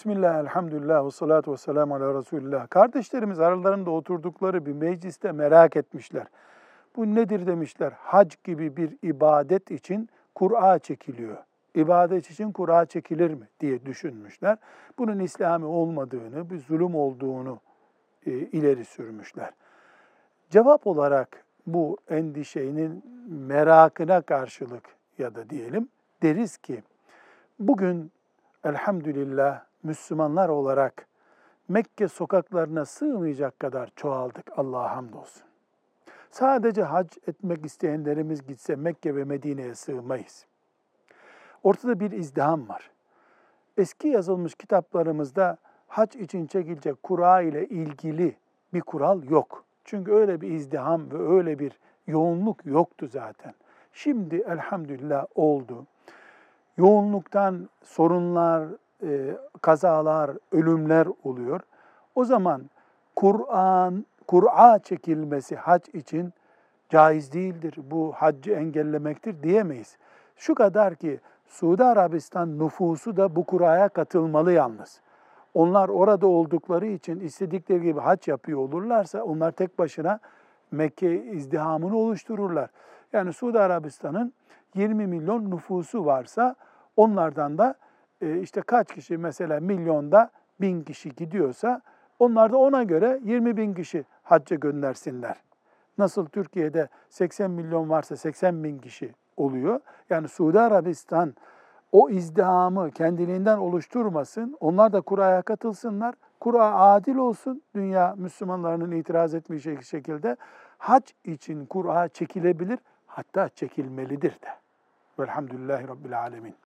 Bismillah, elhamdülillah, ve salatu ve selamu ala Resulillah. Kardeşlerimiz aralarında oturdukları bir mecliste merak etmişler. Bu nedir demişler. Hac gibi bir ibadet için Kur'a çekiliyor. İbadet için Kur'a çekilir mi diye düşünmüşler. Bunun İslami olmadığını, bir zulüm olduğunu ileri sürmüşler. Cevap olarak bu endişenin merakına karşılık ya da diyelim deriz ki bugün elhamdülillah Müslümanlar olarak Mekke sokaklarına sığmayacak kadar çoğaldık, Allah'a hamdolsun. Sadece hac etmek isteyenlerimiz gitse Mekke ve Medine'ye sığmayız. Ortada bir izdiham var. Eski yazılmış kitaplarımızda hac için çekilecek Kur'a ile ilgili bir kural yok. Çünkü öyle bir izdiham ve öyle bir yoğunluk yoktu zaten. Şimdi elhamdülillah oldu. Yoğunluktan sorunlar, kazalar, ölümler oluyor. O zaman Kur'a çekilmesi hac için caiz değildir. Bu haccı engellemektir diyemeyiz. Şu kadar ki Suudi Arabistan nüfusu da bu Kur'a'ya katılmalı yalnız. Onlar orada oldukları için istedikleri gibi hac yapıyor olurlarsa onlar tek başına Mekke izdihamını oluştururlar. Yani Suudi Arabistan'ın 20 milyon nüfusu varsa onlardan da işte kaç kişi mesela milyonda 1000 kişi gidiyorsa onlar da ona göre 20 bin kişi hacca göndersinler. Nasıl Türkiye'de 80 milyon varsa 80 bin kişi oluyor. Yani Suudi Arabistan o izdihamı kendiliğinden oluşturmasın. Onlar da Kur'a'ya katılsınlar. Kur'a adil olsun. Dünya Müslümanlarının itiraz etmeyecek şekilde hac için Kur'a çekilebilir. Hatta çekilmelidir de. Velhamdülillahi Rabbil Alemin.